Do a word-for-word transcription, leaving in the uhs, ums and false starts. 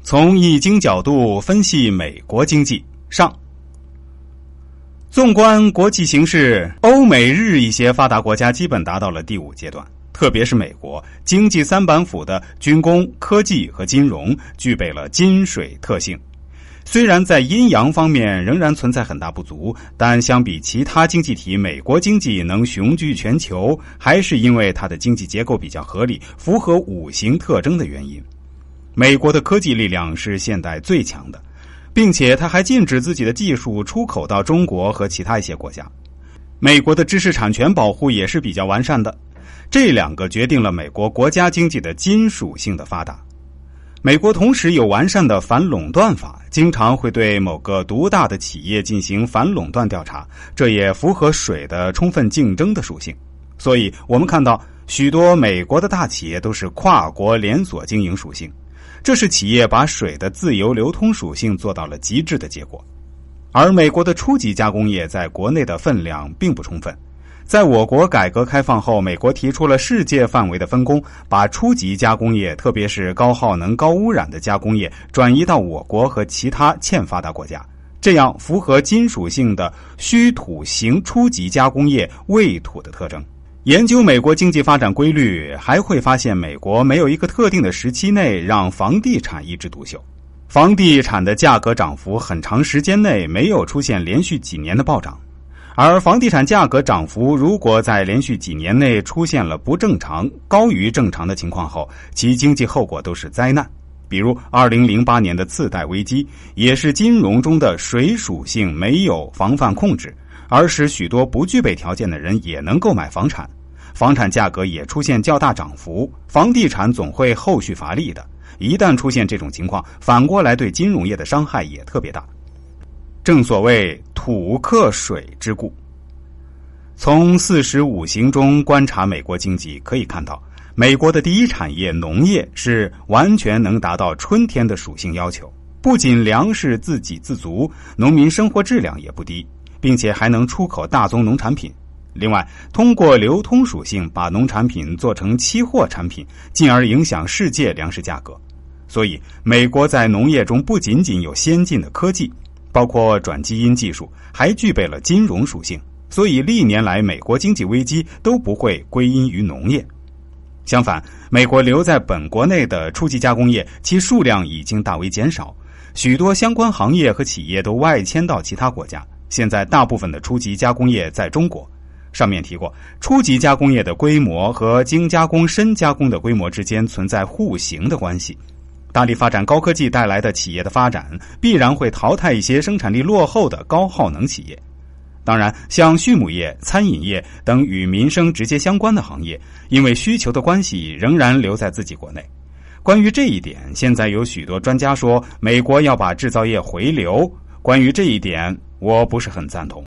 从易经角度分析美国经济。上，纵观国际形势，欧美日一些发达国家基本达到了第五阶段，特别是美国，经济三板斧的军工、科技和金融具备了金水特性。虽然在阴阳方面仍然存在很大不足，但相比其他经济体，美国经济能雄踞全球，还是因为它的经济结构比较合理，符合五行特征的原因。美国的科技力量是现代最强的，并且它还禁止自己的技术出口到中国和其他一些国家。美国的知识产权保护也是比较完善的，这两个决定了美国国家经济的金属性的发达。美国同时有完善的反垄断法，经常会对某个独大的企业进行反垄断调查，这也符合水的充分竞争的属性。所以我们看到许多美国的大企业都是跨国连锁经营属性，这是企业把水的自由流通属性做到了极致的结果。而美国的初级加工业在国内的分量并不充分。在我国改革开放后，美国提出了世界范围的分工，把初级加工业，特别是高耗能、高污染的加工业转移到我国和其他欠发达国家，这样符合金属性的虚土型初级加工业畏土的特征。研究美国经济发展规律，还会发现美国没有一个特定的时期内让房地产一枝独秀，房地产的价格涨幅很长时间内没有出现连续几年的暴涨。而房地产价格涨幅如果在连续几年内出现了不正常、高于正常的情况后，其经济后果都是灾难。比如二零零八年的次贷危机，也是金融中的水属性没有防范控制，而使许多不具备条件的人也能购买房产，房产价格也出现较大涨幅，房地产总会后续乏力的。一旦出现这种情况，反过来对金融业的伤害也特别大。正所谓土克水之故。从四时五行中观察美国经济，可以看到美国的第一产业农业是完全能达到春天的属性要求，不仅粮食自给自足，农民生活质量也不低，并且还能出口大宗农产品。另外，通过流通属性把农产品做成期货产品，进而影响世界粮食价格。所以美国在农业中不仅仅有先进的科技，包括转基因技术，还具备了金融属性，所以历年来美国经济危机都不会归因于农业。相反，美国留在本国内的初级加工业，其数量已经大为减少，许多相关行业和企业都外迁到其他国家，现在大部分的初级加工业在中国。上面提过，初级加工业的规模和精加工、深加工的规模之间存在互形的关系。大力发展高科技带来的企业的发展，必然会淘汰一些生产力落后的高耗能企业。当然，像畜牧业、餐饮业等与民生直接相关的行业，因为需求的关系，仍然留在自己国内。关于这一点，现在有许多专家说美国要把制造业回流，关于这一点，我不是很赞同。